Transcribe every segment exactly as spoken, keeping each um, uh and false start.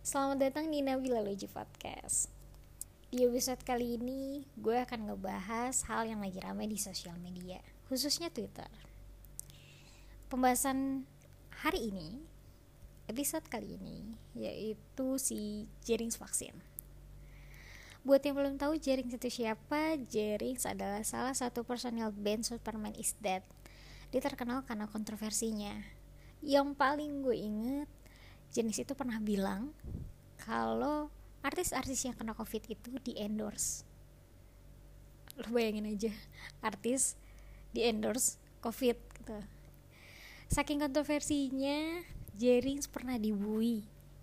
Selamat datang di Nabila Loji Podcast. Di episode kali ini, gue akan ngebahas hal yang lagi ramai di sosial media, khususnya Twitter. Pembahasan hari ini, episode kali ini, yaitu si Jerings vaksin. Buat yang belum tahu Jerings itu siapa, Jerings adalah salah satu personil band Superman is Dead. Dia terkenal karena kontroversinya. Yang paling gue inget, Jerings itu pernah bilang kalau artis-artis yang kena covid itu di endorse. Lo bayangin aja, artis di endorse covid gitu. Saking kontroversinya, Jerings pernah dibully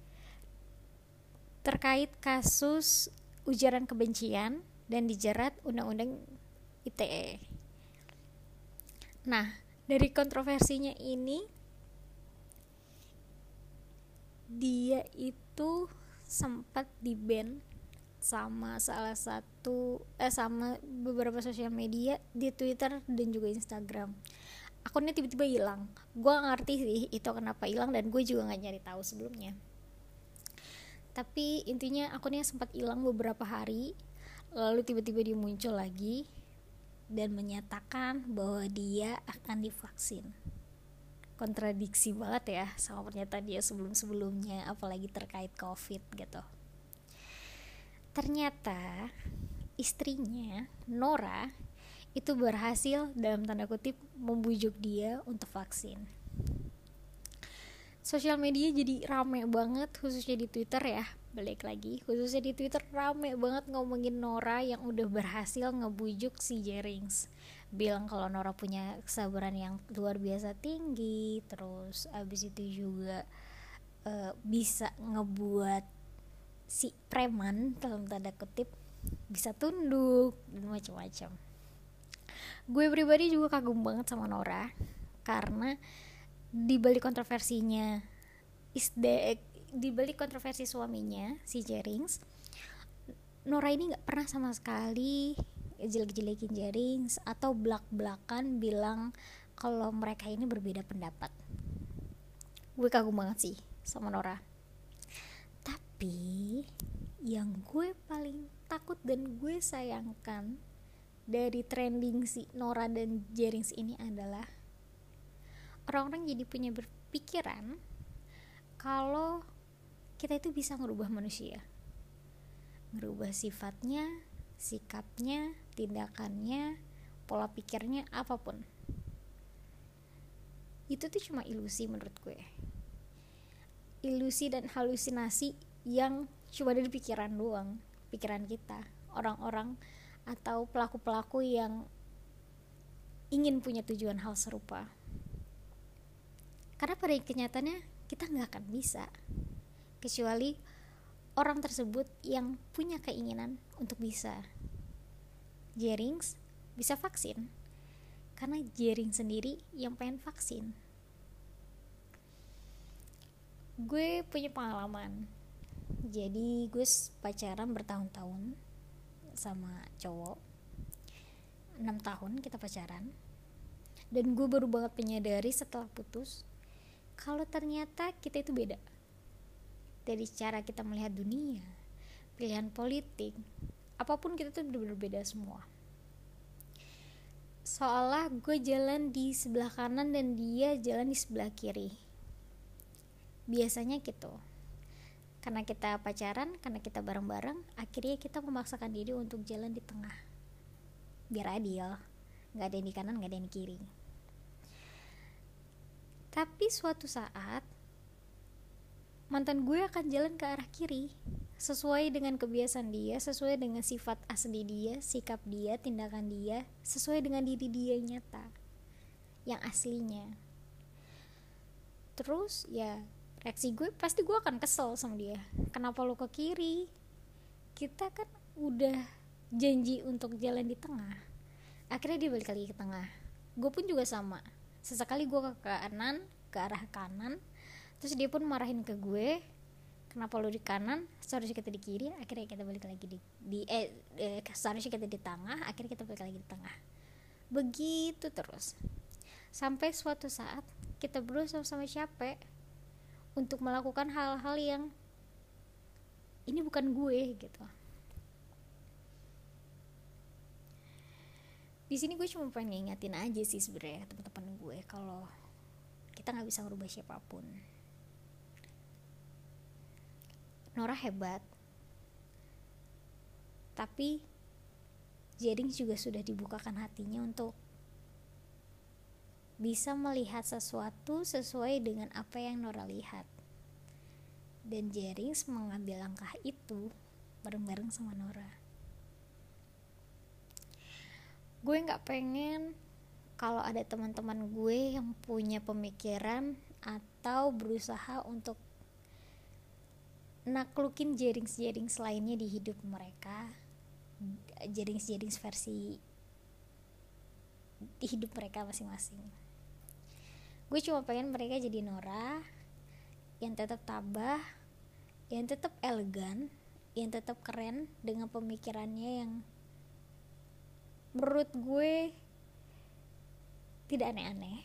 terkait kasus ujaran kebencian dan dijerat undang-undang I T E. Nah, dari kontroversinya ini, dia itu sempat di-ban sama salah satu eh sama beberapa sosial media di Twitter dan juga Instagram. Akunnya tiba-tiba hilang. Gue gak ngerti sih itu kenapa hilang, dan gue juga gak nyari tahu sebelumnya. Tapi intinya akunnya sempat hilang beberapa hari, lalu tiba-tiba dia muncul lagi dan menyatakan bahwa dia akan divaksin. Kontradiksi banget ya sama pernyataan dia sebelum-sebelumnya, apalagi terkait covid gitu. Ternyata istrinya Nora itu berhasil dalam tanda kutip membujuk dia untuk vaksin. Sosial media jadi rame banget, khususnya di Twitter ya, balik lagi khususnya di Twitter rame banget ngomongin Nora yang udah berhasil ngebujuk si Jerings, bilang kalau Nora punya kesabaran yang luar biasa tinggi, terus abis itu juga uh, bisa ngebuat si preman dalam tanda kutip bisa tunduk dan macam-macam. Gue pribadi juga kagum banget sama Nora karena di balik kontroversinya isde di balik kontroversi suaminya si Jerings, Nora ini nggak pernah sama sekali jelek-jelekin Jerings atau belak-belakan bilang kalau mereka ini berbeda pendapat. Gue kagum banget sih sama Nora. Tapi yang gue paling takut dan gue sayangkan dari trending si Nora dan Jerings ini adalah orang-orang jadi punya berpikiran kalau kita itu bisa ngerubah manusia, ngerubah sifatnya, sikapnya, tindakannya, pola pikirnya, apapun. Itu tuh cuma ilusi menurut gue. Ilusi dan halusinasi yang cuma ada di pikiran doang, pikiran kita, orang-orang atau pelaku-pelaku yang ingin punya tujuan hal serupa. Karena pada kenyataannya kita gak akan bisa, kecuali orang tersebut yang punya keinginan untuk bisa. Jerings bisa vaksin karena Jerings sendiri yang pengen vaksin. Gue punya pengalaman. Jadi gue pacaran bertahun-tahun sama cowok, enam tahun kita pacaran. Dan gue baru banget menyadari setelah putus kalau ternyata kita itu beda. Dari cara kita melihat dunia, pilihan politik, apapun kita tuh bener-bener beda semua. Seolah gue jalan di sebelah kanan dan dia jalan di sebelah kiri. Biasanya gitu. Karena kita pacaran, karena kita bareng-bareng, akhirnya kita memaksakan diri untuk jalan di tengah. Biar adil, gak ada yang di kanan, gak ada yang di kiri. Tapi suatu saat mantan gue akan jalan ke arah kiri, sesuai dengan kebiasaan dia, sesuai dengan sifat asli dia, sikap dia, tindakan dia, sesuai dengan diri dia nyata yang aslinya. Terus ya reaksi gue pasti gue akan kesel sama dia. Kenapa lo ke kiri? Kita kan udah janji untuk jalan di tengah. Akhirnya dia balik lagi ke tengah. Gue pun juga sama. Sesekali gue ke kanan, ke arah kanan, terus dia pun marahin ke gue, kenapa lu di kanan, seharusnya kita di kiri. Akhirnya kita balik lagi di, di eh, eh seharusnya kita di tengah, akhirnya kita balik lagi di tengah. Begitu terus sampai suatu saat kita berdua sama-sama capek untuk melakukan hal-hal yang ini bukan gue gitu. Di sini gue cuma pengen ngingetin aja sih sebenarnya teman-teman gue kalau kita nggak bisa merubah siapapun. Nora hebat, tapi Jerings juga sudah dibukakan hatinya untuk bisa melihat sesuatu sesuai dengan apa yang Nora lihat. Dan Jerings mengambil langkah itu bareng-bareng sama Nora. Gue gak pengen kalau ada teman-teman gue yang punya pemikiran atau berusaha untuk naklukin Jerings-Jerings lainnya di hidup mereka, Jerings-Jerings versi di hidup mereka masing-masing. Gue cuma pengen mereka jadi Nora yang tetap tabah, yang tetap elegan, yang tetap keren dengan pemikirannya yang menurut gue tidak aneh-aneh,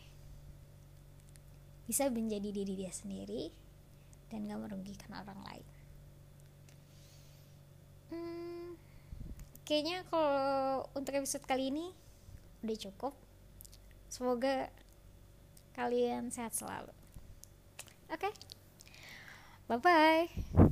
bisa menjadi diri dia sendiri dan gak merugikan orang lain. hmm, Kayaknya kalau untuk episode kali ini udah cukup. Semoga kalian sehat selalu. Oke, okay. Bye bye.